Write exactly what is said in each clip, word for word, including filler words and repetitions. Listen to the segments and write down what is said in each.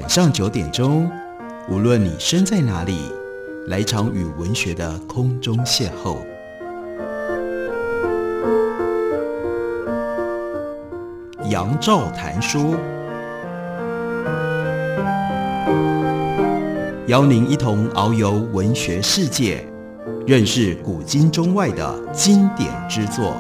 晚上九点钟，无论你身在哪里，来一场与文学的空中邂逅。杨照谈书，邀您一同遨游文学世界，认识古今中外的经典之作。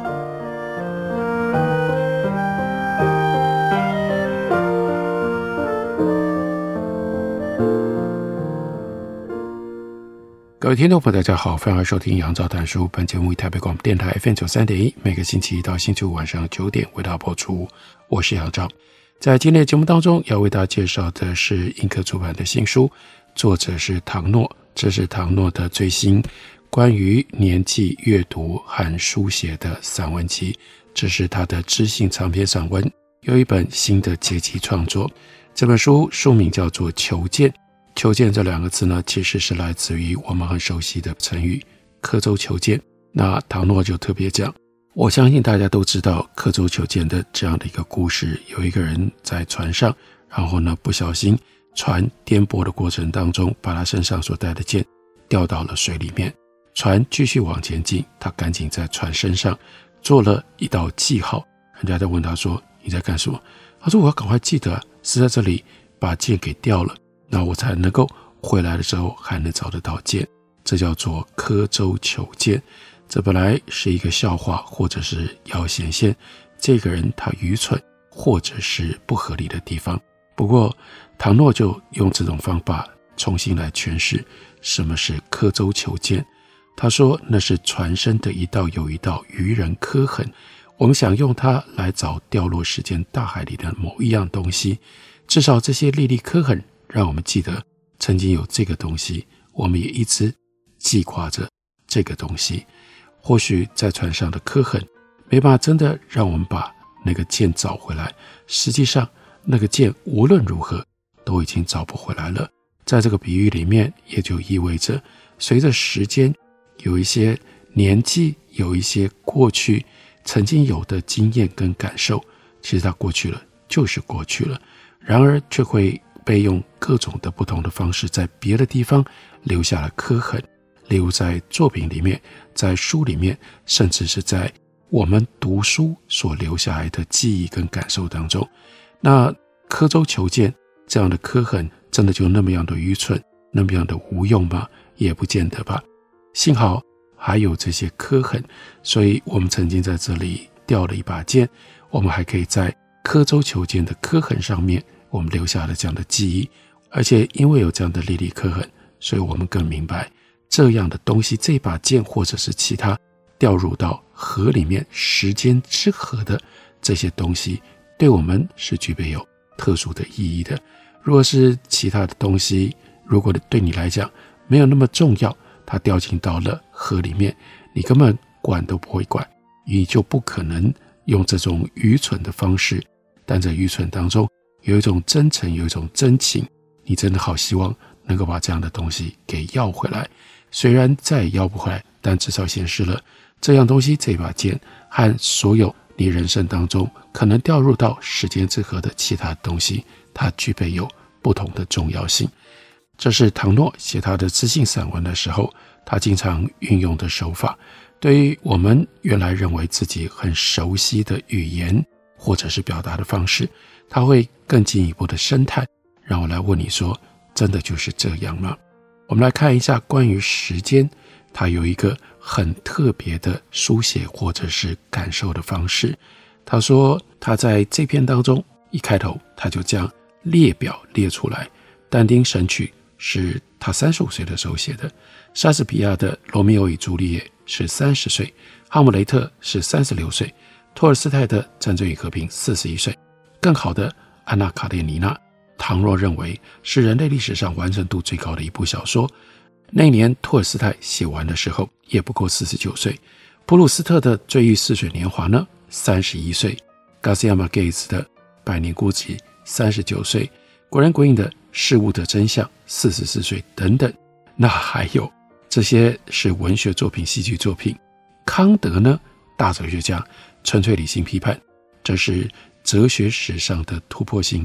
各位听众朋友大家好，欢迎收听杨照谈书。本节目以台北广播电台 F M 九十三点一，每个星期一到星期五晚上九点为大家播出。我是杨照。在今天的节目当中，要为大家介绍的是印刻出版的新书，作者是唐诺。这是唐诺的最新关于年纪、阅读和书写的散文集，这是他的知性长篇散文，有一本新的阶级创作。这本书书名叫做《求见》。求见这两个字呢，其实是来自于我们很熟悉的成语刻舟求剑。那唐诺就特别讲，我相信大家都知道刻舟求剑的这样的一个故事，有一个人在船上，然后呢不小心船颠簸的过程当中，把他身上所带的剑掉到了水里面，船继续往前进，他赶紧在船身上做了一道记号。人家在问他说，你在干什么？他说，我要赶快记得是在这里把剑给掉了，那我才能够回来的时候还能找得到剑，这叫做刻舟求剑。这本来是一个笑话，或者是要显现这个人他愚蠢或者是不合理的地方。不过唐诺就用这种方法重新来诠释什么是刻舟求剑。他说那是船身的一道又一道渔人刻痕，我们想用它来找掉落时间大海里的某一样东西，至少这些粒粒刻痕让我们记得曾经有这个东西，我们也一直记挂着这个东西。或许在船上的刻痕没办法真的让我们把那个剑找回来，实际上那个剑无论如何都已经找不回来了。在这个比喻里面，也就意味着随着时间，有一些年纪，有一些过去曾经有的经验跟感受，其实它过去了就是过去了，然而却会被用各种的不同的方式在别的地方留下了刻痕，例如在作品里面，在书里面，甚至是在我们读书所留下来的记忆跟感受当中。那刻舟求剑这样的刻痕真的就那么样的愚蠢，那么样的无用吗？也不见得吧。幸好还有这些刻痕，所以我们曾经在这里掉了一把剑，我们还可以在刻舟求剑的刻痕上面我们留下了这样的记忆，而且因为有这样的粒粒刻痕，所以我们更明白这样的东西，这把剑或者是其他掉入到河里面时间之河的这些东西，对我们是具备有特殊的意义的。如果是其他的东西，如果对你来讲没有那么重要，它掉进到了河里面，你根本管都不会管，你就不可能用这种愚蠢的方式，但在愚蠢当中有一种真诚，有一种真情，你真的好希望能够把这样的东西给要回来。虽然再也要不回来，但至少显示了这样东西，这把剑和所有你人生当中可能掉入到时间之河的其他东西，它具备有不同的重要性。这是唐诺写他的知性散文的时候他经常运用的手法。对于我们原来认为自己很熟悉的语言或者是表达的方式，他会更进一步的深探，让我来问你说，真的就是这样吗？我们来看一下关于时间，它有一个很特别的书写或者是感受的方式。他说他在这篇当中一开头他就这样列表列出来，但丁神曲是他三十五岁的时候写的，莎士比亚的罗密欧与朱丽叶是三十岁，哈姆雷特是三十六岁，托尔斯泰的战争与和平四十一岁，更好的安娜卡列尼娜，唐诺认为是人类历史上完成度最高的一部小说。那年托尔斯泰写完的时候也不过四十九岁。普鲁斯特的追忆似水年华呢，三十一岁。加西亚马盖茨的百年孤寂三十九岁。国人国影的事物的真相四十四岁等等。那还有这些是文学作品、戏剧作品。康德呢，大哲学家，纯粹理性批判，这是哲学史上的突破性。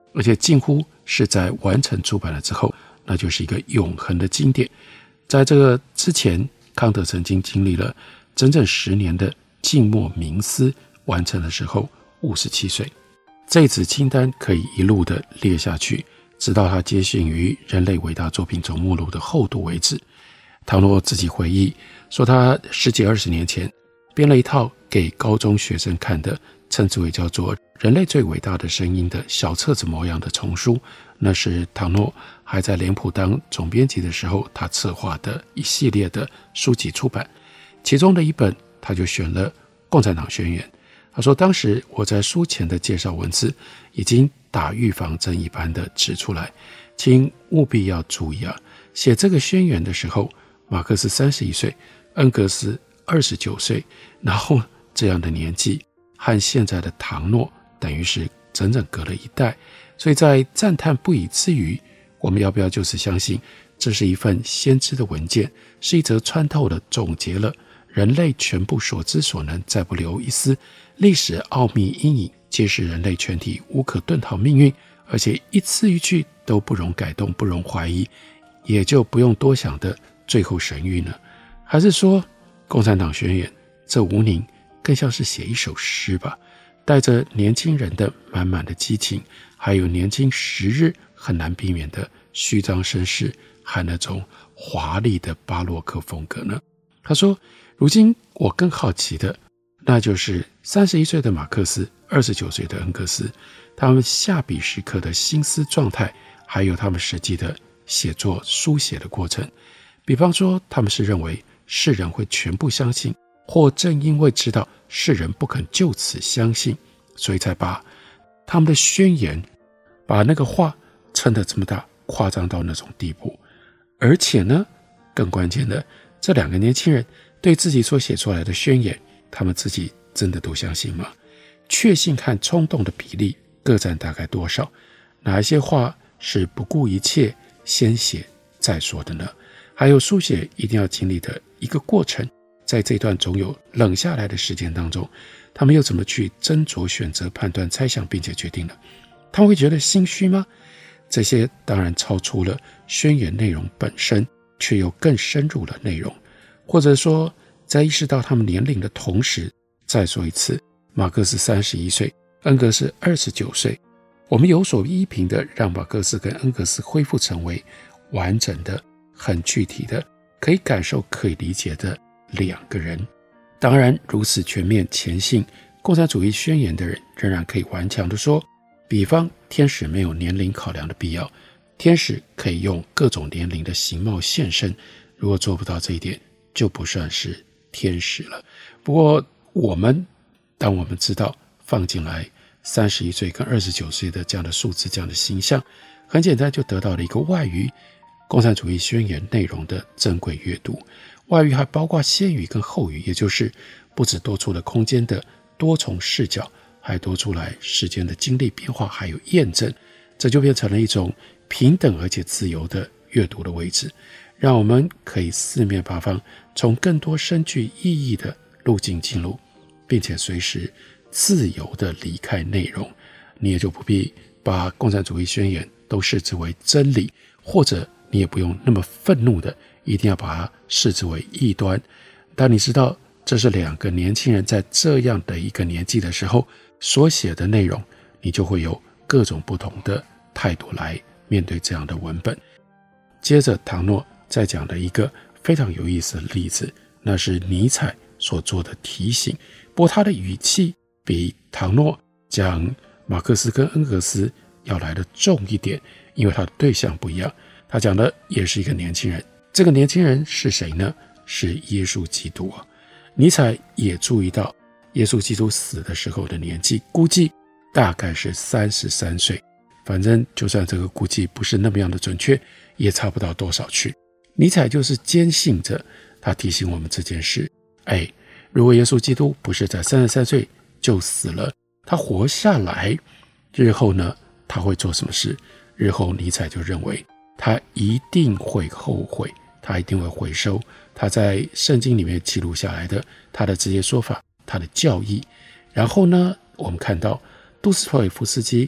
而且近乎是在完成出版了之后，那就是一个永恒的经典。在这个之前，康德曾经经历了整整十年的静默冥思，完成的时候五十七岁。这一次清单可以一路的列下去，直到他接近于人类伟大作品总目录的厚度为止。唐诺自己回忆说，他十几二十年前编了一套给高中学生看的，称之为叫做《人类最伟大的声音》的小册子模样的丛书，那是唐诺还在脸谱当总编辑的时候，他策划的一系列的书籍出版。其中的一本他就选了《共产党宣言》。他说，当时我在书前的介绍文字已经打预防针一般的指出来，请务必要注意啊，写这个宣言的时候，马克思三十一岁，恩格斯二十九岁，然后这样的年纪和现在的唐诺等于是整整隔了一代。所以在赞叹不已之余，我们要不要就是相信这是一份先知的文件，是一则穿透的总结了人类全部所知所能，再不留一丝历史奥秘阴影，揭示人类全体无可遁逃命运，而且一字一句都不容改动，不容怀疑，也就不用多想的最后神谕呢？还是说共产党宣言这无宁更像是写一首诗吧，带着年轻人的满满的激情，还有年轻时日很难避免的虚张声势和那种华丽的巴洛克风格呢？他说，如今我更好奇的那就是三十一岁的马克思，二十九岁的恩格斯，他们下笔时刻的心思状态，还有他们实际的写作书写的过程。比方说，他们是认为世人会全部相信，或正因为知道世人不肯就此相信，所以才把他们的宣言，把那个话撑得这么大，夸张到那种地步。而且呢，更关键的，这两个年轻人对自己所写出来的宣言，他们自己真的都相信吗？确信和冲动的比例各占大概多少？哪一些话是不顾一切先写再说的呢？还有书写一定要经历的一个过程，在这段总有冷下来的时间当中，他们又怎么去斟酌选择判断猜想并且决定呢？他们会觉得心虚吗？这些当然超出了宣言内容本身，却又更深入了内容。或者说，在意识到他们年龄的同时，再说一次，马克思三十一岁，恩格斯二十九岁，我们有所依凭的让马克思跟恩格斯恢复成为完整的、很具体的、可以感受、可以理解的两个人。当然，如此全面虔信共产主义宣言的人，仍然可以顽强地说，比方天使没有年龄考量的必要，天使可以用各种年龄的形貌现身，如果做不到这一点，就不算是天使了。不过我们当我们知道放进来三十一岁跟二十九岁的这样的数字，这样的形象，很简单就得到了一个外于共产主义宣言内容的珍贵阅读。外语还包括先语跟后语，也就是不只多出了空间的多重视角，还多出来时间的经历变化还有验证，这就变成了一种平等而且自由的阅读的位置，让我们可以四面八方从更多深具意义的路径进入，并且随时自由地离开内容。你也就不必把共产主义宣言都视之为真理，或者你也不用那么愤怒的一定要把它视之为异端。当你知道这是两个年轻人在这样的一个年纪的时候所写的内容，你就会有各种不同的态度来面对这样的文本。接着唐诺再讲的一个非常有意思的例子，那是尼采所做的提醒，不过他的语气比唐诺讲马克思跟恩格斯要来的重一点，因为他的对象不一样。他讲的也是一个年轻人，这个年轻人是谁呢？是耶稣基督啊。尼采也注意到耶稣基督死的时候的年纪，估计大概是三十三岁，反正就算这个估计不是那么样的准确，也差不到多少去。尼采就是坚信着，他提醒我们这件事，哎，如果耶稣基督不是在三十三岁就死了，他活下来，日后呢，他会做什么事？日后尼采就认为他一定会后悔，他一定会回收他在圣经里面记录下来的他的这些说法，他的教义。然后呢，我们看到杜斯妥也夫斯基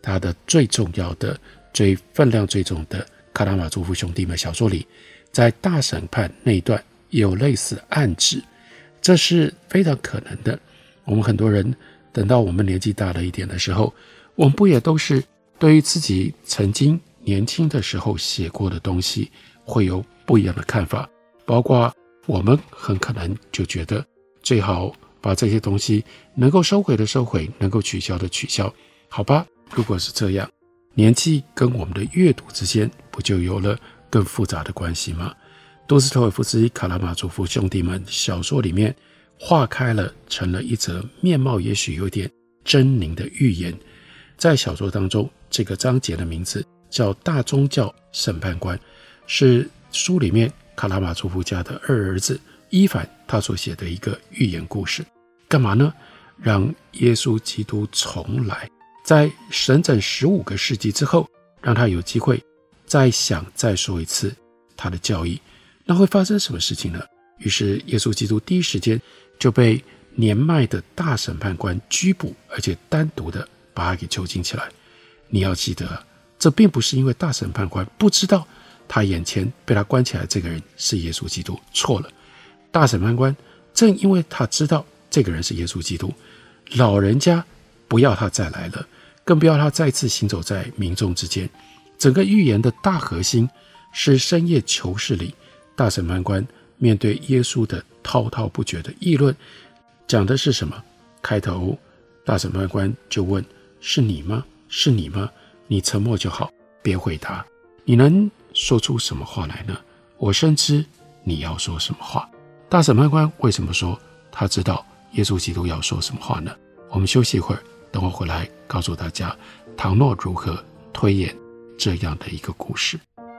他的最重要的、最分量最重的卡拉马佐夫兄弟们小说里，在大审判那一段也有类似的暗指，这是非常可能的。我们很多人等到我们年纪大了一点的时候，我们不也都是对于自己曾经年轻的时候写过的东西会有不一样的看法，包括我们很可能就觉得最好把这些东西能够收回的收回，能够取消的取消。好吧，如果是这样，年纪跟我们的阅读之间不就有了更复杂的关系吗？多斯托耶夫斯基卡拉马佐夫兄弟们小说里面化开了，成了一则面貌也许有点狰狞的预言。在小说当中，这个章节的名字叫大宗教审判官，是书里面卡拉马佐夫家的二儿子伊凡他所写的一个寓言故事。干嘛呢？让耶稣基督重来，在整整十五个世纪之后，让他有机会再想再说一次他的教义。那会发生什么事情呢？于是耶稣基督第一时间就被年迈的大审判官拘捕，而且单独的把他给囚禁起来。你要记得，这并不是因为大审判官不知道他眼前被他关起来的这个人是耶稣基督，错了。大审判官正因为他知道这个人是耶稣基督，老人家不要他再来了，更不要他再次行走在民众之间。整个预言的大核心是深夜囚室里，大审判官面对耶稣的滔滔不绝的议论，讲的是什么？开头大审判官就问：是你吗？是你吗？你沉默就好，别回答。你能说出什么话来呢？我深知你要说什么话。大审判官为什么说他知道耶稣基督要说什么话呢？我们休息一会儿，等我回来告诉大家唐诺如何推演这样的一个故事。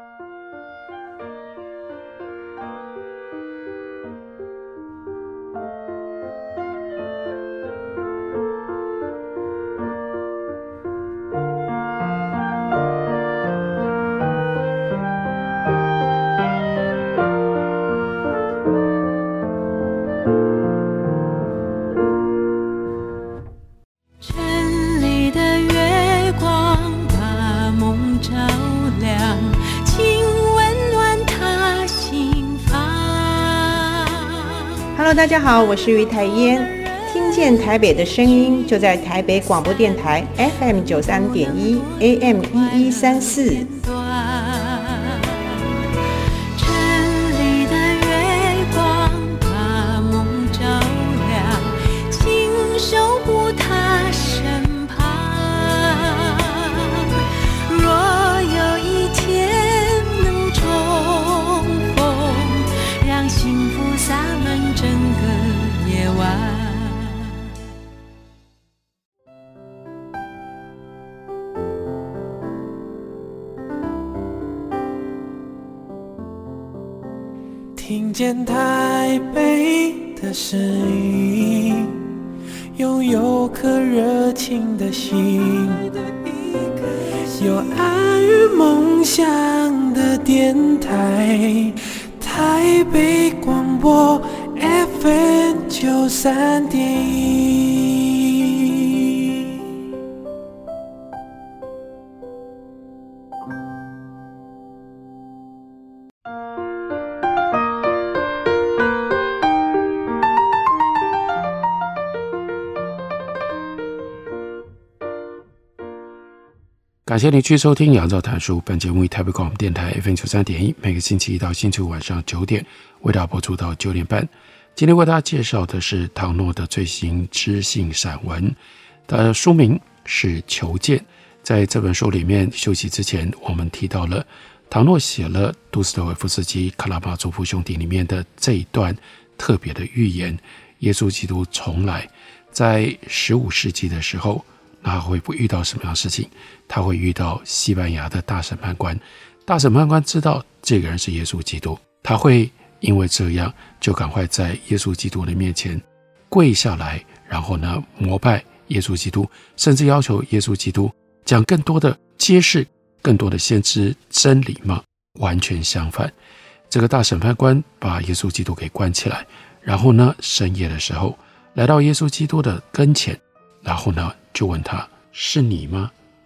大家好，我是于台烟，听见台北的声音，就在台北广播电台 F M 九十三点一 A M 一一三四。 听见台北的声音，拥有颗热情的心，有爱与梦想的电台，台北广播 F M 九十三点一。 感谢您继续收听杨照谈书，本节目以台北广播电台 F M 九十三点一，每个星期一到星期五晚上九点为大家播出到九点半。今天为大家介绍的是唐诺的最新知性散文，它的书名是《求见》。在这本书里面，休息之前我们提到了唐诺写了杜斯妥耶夫斯基《卡拉马佐夫兄弟》里面的这一段特别的预言：耶稣基督重来。在十五世纪的时候，那会不遇到什么样的事情？他会遇到西班牙的大审判官，大审判官知道这个人是耶稣基督，他会因为这样就赶快在耶稣基督的面前跪下来，然后呢膜拜耶稣基督，甚至要求耶稣基督讲更多的揭示更多的先知真理吗？完全相反，这个大审判官把耶稣基督给关起来，然后呢深夜的时候来到耶稣基督的跟前，然后呢就问他：是你吗？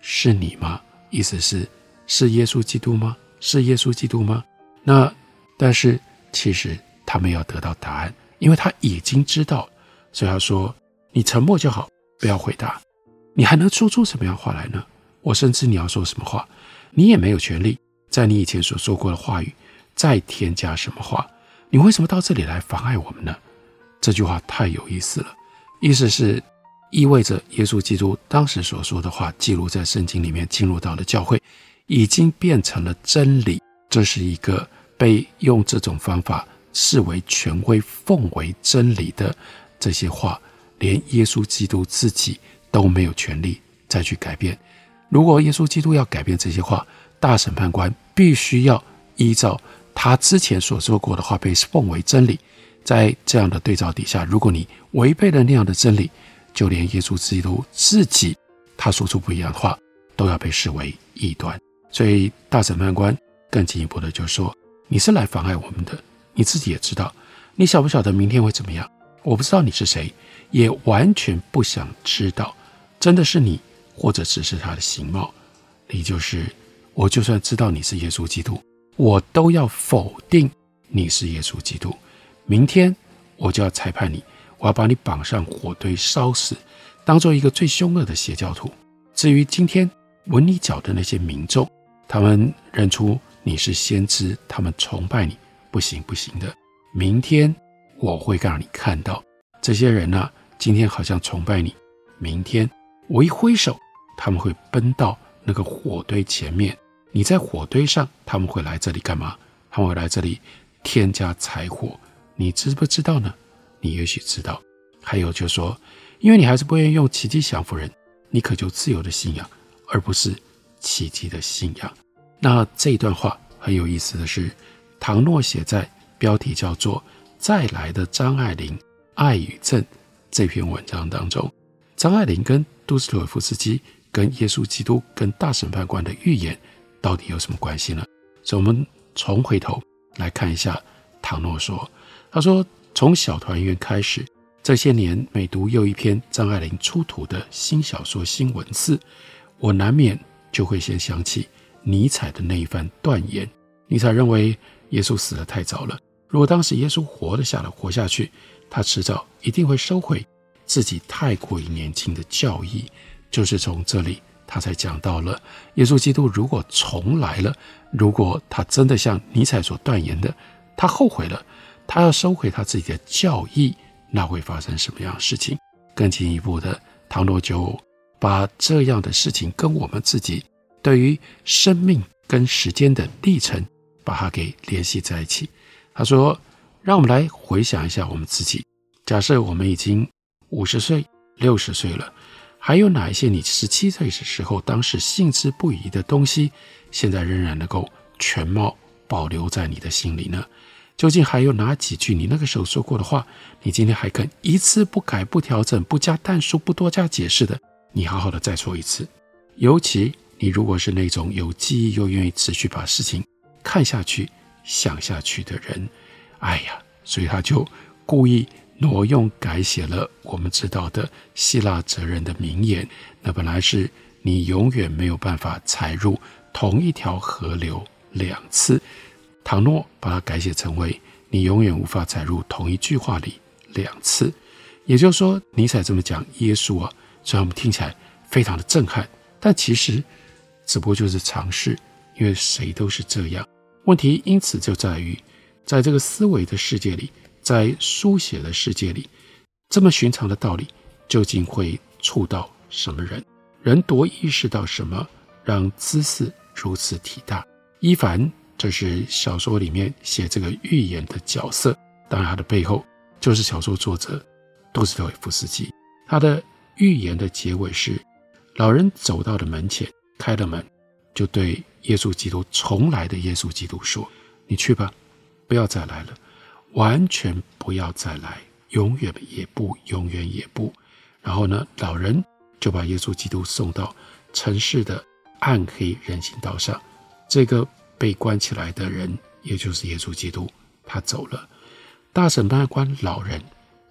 是你吗？意思是是耶稣基督吗？是耶稣基督吗？那但是其实他们要得到答案，因为他已经知道，所以他说你沉默就好，不要回答。你还能说出什么样话来呢？我深知你要说什么话，你也没有权利在你以前所说过的话语再添加什么话。你为什么到这里来妨碍我们呢？这句话太有意思了，意思是意味着耶稣基督当时所说的话记录在圣经里面，进入到了教会，已经变成了真理。这是一个被用这种方法视为权威、奉为真理的这些话，连耶稣基督自己都没有权利再去改变。如果耶稣基督要改变这些话，大审判官必须要依照他之前所说过的话被奉为真理。在这样的对照底下，如果你违背了那样的真理，就连耶稣基督自己他说出不一样的话都要被视为异端。所以大审判官更进一步的就说，你是来妨碍我们的，你自己也知道，你晓不晓得明天会怎么样？我不知道你是谁，也完全不想知道，真的是你或者只是他的形貌。你就是我，就算知道你是耶稣基督，我都要否定你是耶稣基督。明天我就要裁判你，我要把你绑上火堆烧死，当做一个最凶恶的邪教徒。至于今天吻你脚的那些民众，他们认出你是先知，他们崇拜你，不行不行的。明天我会让你看到这些人啊，今天好像崇拜你，明天我一挥手，他们会奔到那个火堆前面，你在火堆上，他们会来这里干嘛？他们会来这里添加柴火，你知不知道呢？你也许知道。还有就说，因为你还是不愿意用奇迹降服人，你渴求自由的信仰，而不是奇迹的信仰。那这一段话很有意思的是，唐诺写在标题叫做再来的张爱玲爱与憎这篇文章当中。张爱玲跟杜斯妥也夫斯基跟耶稣基督跟大审判官的预言到底有什么关系呢？所以我们重回头来看一下唐诺说，他说从小团圆开始，这些年每读又一篇张爱玲出土的新小说新文字，我难免就会先想起尼采的那一番断言。尼采认为耶稣死得太早了，如果当时耶稣活了下来活下去，他迟早一定会收回自己太过于年轻的教义。就是从这里他才讲到了耶稣基督如果重来了，如果他真的像尼采所断言的，他后悔了，他要收回他自己的教义，那会发生什么样的事情？更进一步的，唐诺就把这样的事情跟我们自己对于生命跟时间的历程把它给联系在一起。他说，让我们来回想一下我们自己，假设我们已经五十岁六十岁了，还有哪一些你十七岁的时候当时兴致不已的东西，现在仍然能够全貌保留在你的心里呢？究竟还有哪几句你那个时候说过的话，你今天还肯一字不改不调整不加但书不多加解释的，你好好的再说一次。尤其你如果是那种有记忆又愿意持续把事情看下去想下去的人，哎呀，所以他就故意挪用改写了我们知道的希腊哲人的名言，那本来是你永远没有办法踩入同一条河流两次，唐诺把它改写成为你永远无法踩入同一句话里两次。也就是说，尼采这么讲耶稣啊，虽然我们听起来非常的震撼，但其实只不过就是常识，因为谁都是这样。问题因此就在于，在这个思维的世界里，在书写的世界里，这么寻常的道理究竟会触到什么人？人多意识到什么让知识如此体大？伊凡，这是小说里面写这个预言的角色，当然他的背后就是小说作者杜斯妥也夫斯基。他的预言的结尾是，老人走到了门前，开了门，就对耶稣基督重来的耶稣基督说，你去吧，不要再来了，完全不要再来，永远也不，永远也不。然后呢，老人就把耶稣基督送到城市的暗黑人行道上，这个被关起来的人也就是耶稣基督，他走了。大审判官老人他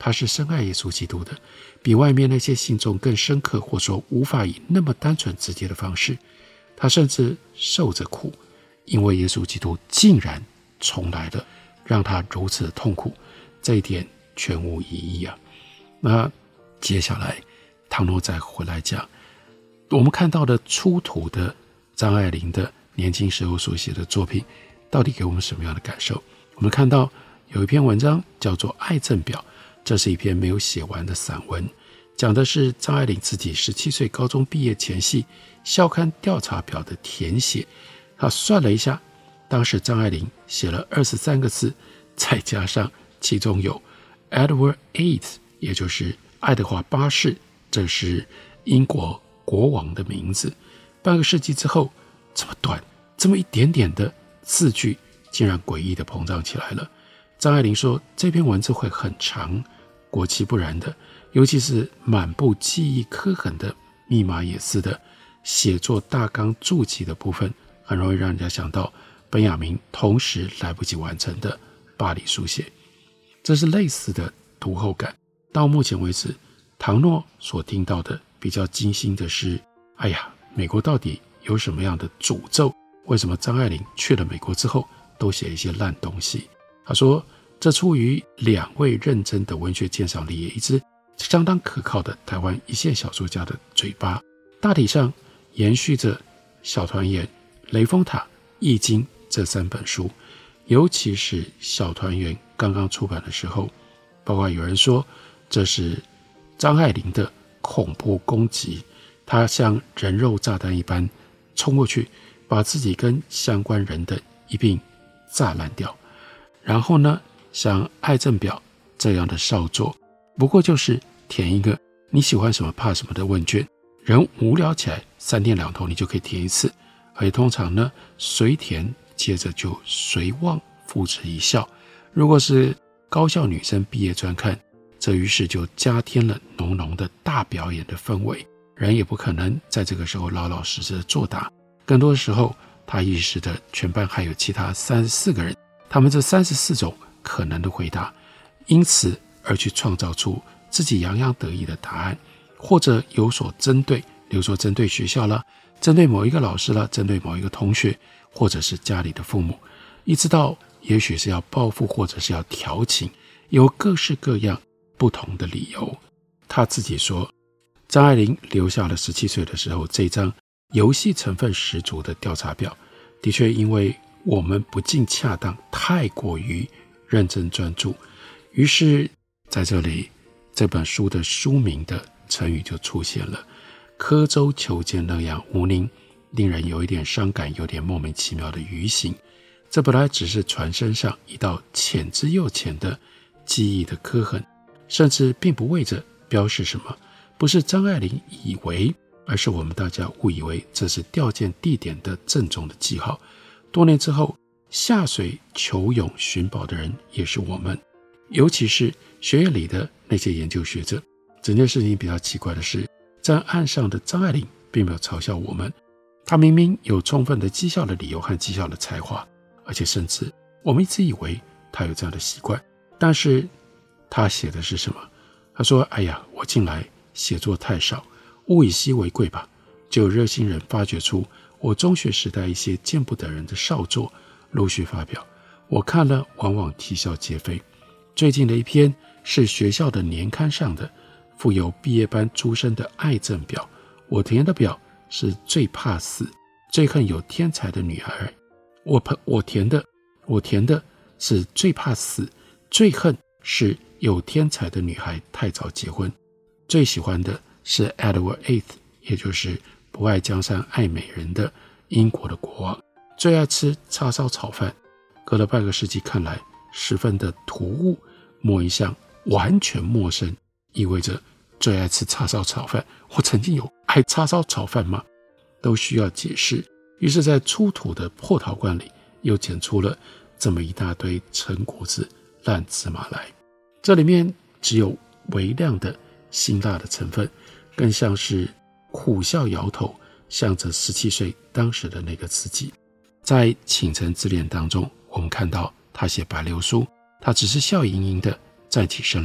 他是深爱耶稣基督的，比外面那些信众更深刻，或说无法以那么单纯直接的方式。他甚至受着苦，因为耶稣基督竟然重来了，让他如此的痛苦，这一点全无疑义啊。那接下来唐诺再回来讲，我们看到的出土的张爱玲的年轻时候所写的作品到底给我们什么样的感受？我们看到有一篇文章叫做《爱憎表》，这是一篇没有写完的散文，讲的是张爱玲自己十七岁高中毕业前夕校刊调查表的填写。他算了一下，当时张爱玲写了二十三个字，再加上其中有 Edward eighth， 也就是爱德华八世，这是英国国王的名字。半个世纪之后，这么短，这么一点点的字句，竟然诡异的膨胀起来了。张爱玲说，这篇文字会很长，果其不然的，尤其是满布记忆刻痕的密码也似的写作大纲注记的部分，很容易让人家想到本雅明同时来不及完成的巴黎书写。这是类似的读后感。到目前为止，唐诺所听到的比较惊心的是，哎呀，美国到底有什么样的诅咒？为什么张爱玲去了美国之后都写一些烂东西？他说，这出于两位认真的文学鉴赏力，也一支相当可靠的台湾一线小说家的嘴巴，大体上延续着小团圆、雷峰塔、易经这三本书。尤其是小团圆刚刚出版的时候，包括有人说这是张爱玲的恐怖攻击，她像人肉炸弹一般冲过去，把自己跟相关人的一并炸烂掉。然后呢，像爱憎表这样的少作，不过就是填一个你喜欢什么怕什么的问卷，人无聊起来三天两头你就可以填一次，而且通常呢随填接着就随望付之一笑。如果是高校女生毕业专刊，这于是就加添了浓浓的大表演的氛围，人也不可能在这个时候老老实实的作答，更多的时候他意识的全班还有其他三十四个人，他们这三十四种可能的回答，因此而去创造出自己洋洋得意的答案，或者有所针对，比如说针对学校啦，针对某一个老师啦，针对某一个同学，或者是家里的父母，一直到也许是要报复，或者是要调情，有各式各样不同的理由。他自己说，张爱玲留下了十七岁的时候这张游戏成分十足的调查表，的确因为我们不尽恰当，太过于认真专注，于是在这里这本书的书名的成语就出现了，刻舟求剑那样无宁，令人有一点伤感，有点莫名其妙的愚行。这本来只是船身上一道浅之又浅的记忆的刻痕，甚至并不为着标示什么，不是张爱玲以为，而是我们大家误以为这是调件地点的郑重的记号。多年之后，下水求泳寻宝的人也是我们，尤其是学院里的那些研究学者。整件事情比较奇怪的是，在岸上的张爱玲并没有嘲笑我们，她明明有充分的讥笑的理由和讥笑的才华，而且甚至我们一直以为她有这样的习惯。但是她写的是什么？她说，哎呀，我近来写作太少，物以稀为贵吧。就有热心人发掘出我中学时代一些见不得人的少作，陆续发表，我看了往往啼笑皆非。最近的一篇是学校的年刊上的附有毕业班出身的爱憎表，我填的表是最怕死，最恨有天才的女孩。我我填的我填的是最怕死，最恨是有天才的女孩太早结婚。最喜欢的是 Edward eighth， 也就是不爱江山爱美人的英国的国王。最爱吃叉烧炒饭，隔了半个世纪看来十分的突兀，莫一项完全陌生，意味着最爱吃叉烧炒饭，我曾经有爱叉烧炒饭吗？都需要解释。于是在出土的破陶罐里又捡出了这么一大堆陈谷子烂芝麻来，这里面只有微量的辛辣的成分，更像是苦笑摇头，向着十七岁当时的那个自己。在倾城之恋当中，我们看到他写白流苏，他只是笑盈盈的站起身来，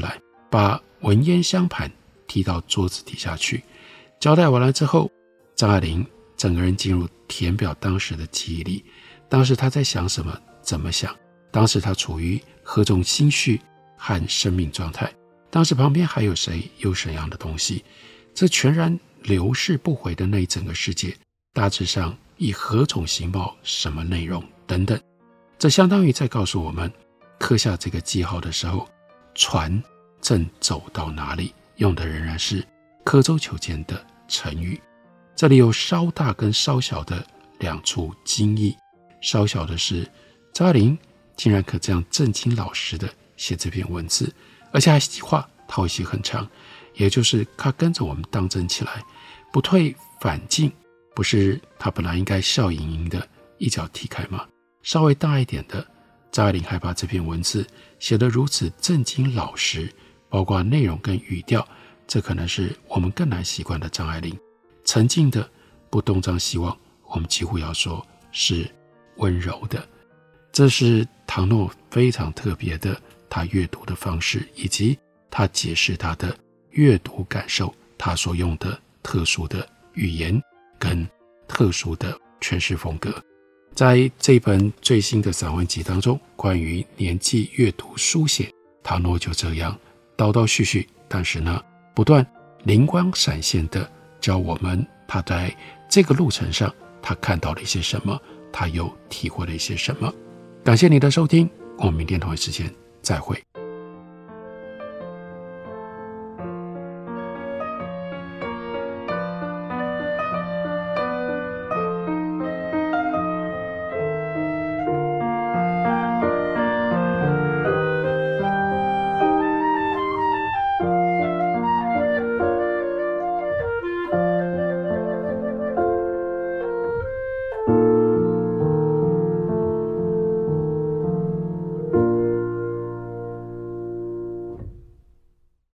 把文烟香盘踢到桌子底下去。交代完了之后，张爱玲整个人进入填表当时的记忆里，当时她在想什么，怎么想，当时她处于何种心绪和生命状态，当时旁边还有谁，有什么样的东西，这全然流逝不回的那一整个世界大致上以何种形貌，什么内容等等。这相当于在告诉我们，刻下这个记号的时候，船正走到哪里，用的仍然是刻舟求剑的成语。这里有稍大跟稍小的两处惊异。稍小的是张爱玲竟然可这样正经老实的写这篇文字，而且还细化套息很长，也就是她跟着我们当真起来，不退反进，不是她本来应该笑盈盈的一脚踢开吗？稍微大一点的，张爱玲还把这篇文字写得如此正经老实，包括内容跟语调，这可能是我们更难习惯的张爱玲。沉静的，不东张西望，我们几乎要说是温柔的。这是唐诺非常特别的他阅读的方式，以及他解释他的阅读感受，他所用的特殊的语言跟特殊的诠释风格。在这本最新的散文集当中，关于年纪阅读书写，唐诺就这样叨叨絮絮，但是呢不断灵光闪现的教我们他在这个路程上他看到了一些什么，他又体会了一些什么。感谢你的收听，我们明天同一时间再会。